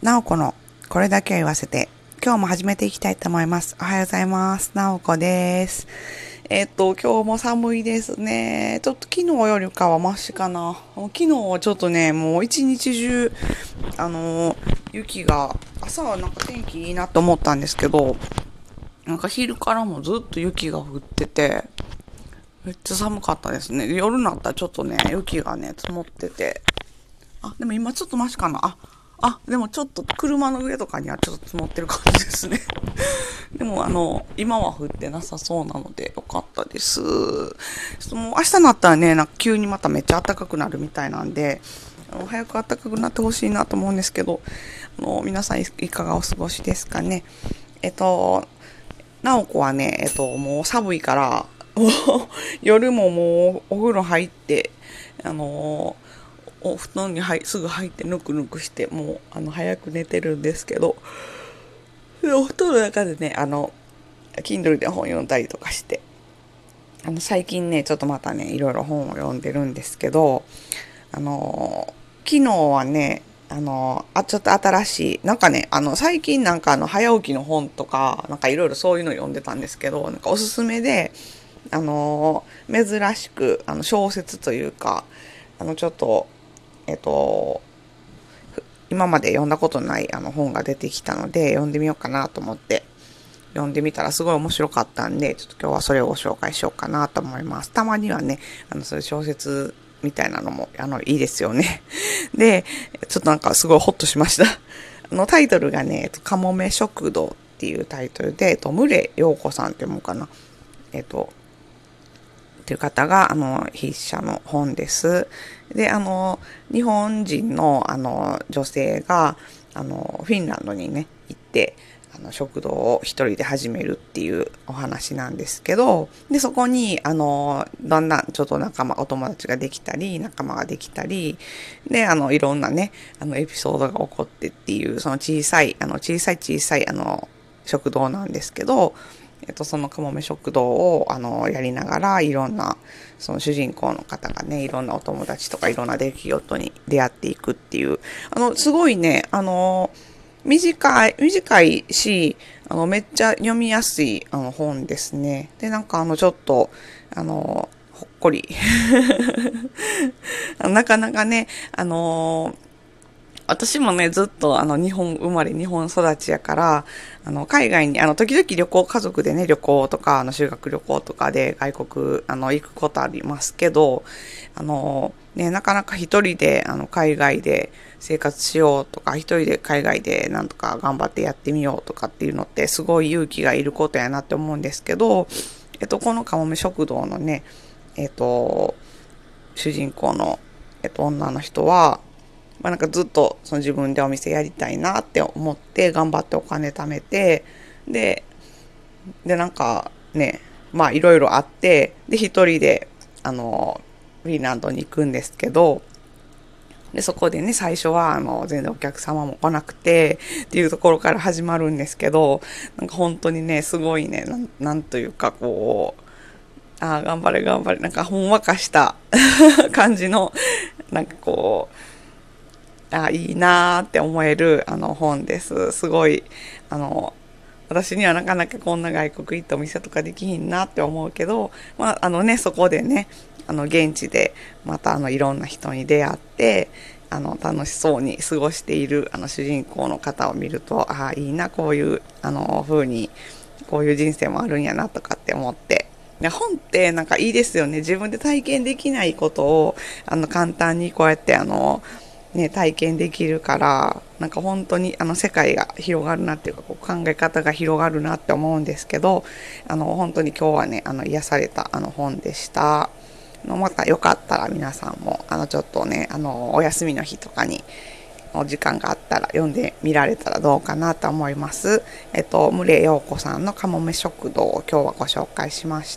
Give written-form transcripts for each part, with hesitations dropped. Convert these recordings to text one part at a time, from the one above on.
なおこのこれだけは言わせて、今日も始めていきたいと思います。おはようございます。なおこです。今日も寒いですね。ちょっと昨日よりかはマシかな。昨日はちょっとね、もう一日中、雪が、朝はなんか天気いいなと思ったんですけど、なんか昼からもずっと雪が降ってて、めっちゃ寒かったですね。夜になったらちょっとね、雪がね、積もってて、でも今ちょっとマシかな。でもちょっと車の上とかにはちょっと積もってる感じですね。でも今は降ってなさそうなのでよかったです。ちょっともう明日になったらね、なんか急にまためっちゃ暖かくなるみたいなんで、早く暖かくなってほしいなと思うんですけど、皆さんいかがお過ごしですかね。なおこはね、もう寒いから、夜ももうお風呂入って、あのお布団にすぐ入ってぬくぬくして、もう早く寝てるんですけど、お布団の中でね、Kindle で本読んだりとかして、最近ね、ちょっとまたね、いろいろ本を読んでるんですけど、昨日はね、ちょっと新しい、なんかね、最近なんか早起きの本とか、なんかいろいろそういうの読んでたんですけど、なんかおすすめで、珍しく、小説というか、ちょっと、えっと、今まで読んだことない本が出てきたので、読んでみようかなと思って、読んでみたらすごい面白かったんで、ちょっと今日はそれをご紹介しようかなと思います。たまにはね、そういう小説みたいなのも、いいですよね。で、ちょっとなんかすごいホッとしました。タイトルがね、かもめ食堂っていうタイトルで、牟礼陽子さんって読むかな。っていう方が、筆者の本です。で、日本人の、女性が、フィンランドにね、行って、食堂を一人で始めるっていうお話なんですけど、で、そこに、だんだんちょっとお友達ができたり、仲間ができたり、で、いろんなね、エピソードが起こってっていう、その小さい、食堂なんですけど、そのかもめ食堂を、やりながら、いろんな、その主人公の方がね、いろんなお友達とかいろんな出来事に出会っていくっていう、すごいね、短いし、めっちゃ読みやすい、本ですね。で、なんかちょっと、ほっこり。なかなかね、私もね、ずっと日本生まれ、日本育ちやから、海外に、時々家族でね、旅行とか、修学旅行とかで外国、行くことありますけど、ね、なかなか一人で、海外で生活しようとか、一人で海外でなんとか頑張ってやってみようとかっていうのって、すごい勇気がいることやなって思うんですけど、このかもめ食堂のね、主人公の、女の人は、なんかずっとその自分でお店やりたいなって思って頑張ってお金貯めて、で、なんかね、いろいろあって、で、一人で、フィンランドに行くんですけど、で、そこでね、最初は、全然お客様も来なくて、っていうところから始まるんですけど、なんか本当にね、すごいね、なんというか、こう、頑張れ頑張れ、なんかほんわかした感じの、なんかこう、いいなーって思える本です。すごい、私にはなかなかこんな外国行ってお店とかできひんなって思うけど、そこでね、現地でまたいろんな人に出会って、楽しそうに過ごしている主人公の方を見ると、いいな、こういう、風に、こういう人生もあるんやなとかって思って、で本ってなんかいいですよね。自分で体験できないことを、簡単にこうやってね、体験できるから、なんか本当に世界が広がるなっていうか、こう考え方が広がるなって思うんですけど、本当に今日はね、癒された本でした。またよかったら皆さんも、ちょっとね、お休みの日とかに、お時間があったら読んでみられたらどうかなと思います。牟礼陽子さんのかもめ食堂を今日はご紹介しました。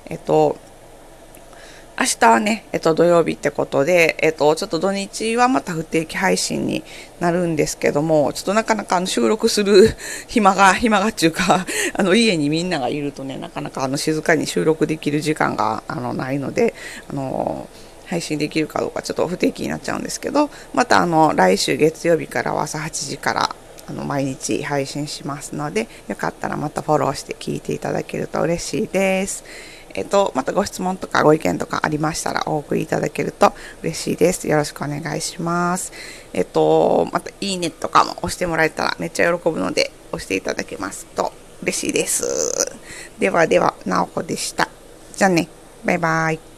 明日はね、土曜日ってことで、ちょっと土日はまた不定期配信になるんですけども、ちょっとなかなか収録する暇がっていうか、家にみんながいるとね、なかなか静かに収録できる時間が、ないので、 配信できるかどうかちょっと不定期になっちゃうんですけど、また来週月曜日からは朝8時から毎日配信しますので、よかったらまたフォローして聞いていただけると嬉しいです。またご質問とかご意見とかありましたらお送りいただけると嬉しいです。よろしくお願いします。またいいねとかも押してもらえたらめっちゃ喜ぶので、押していただけますと嬉しいです。ではでは、なおこでした。じゃあね、バイバイ。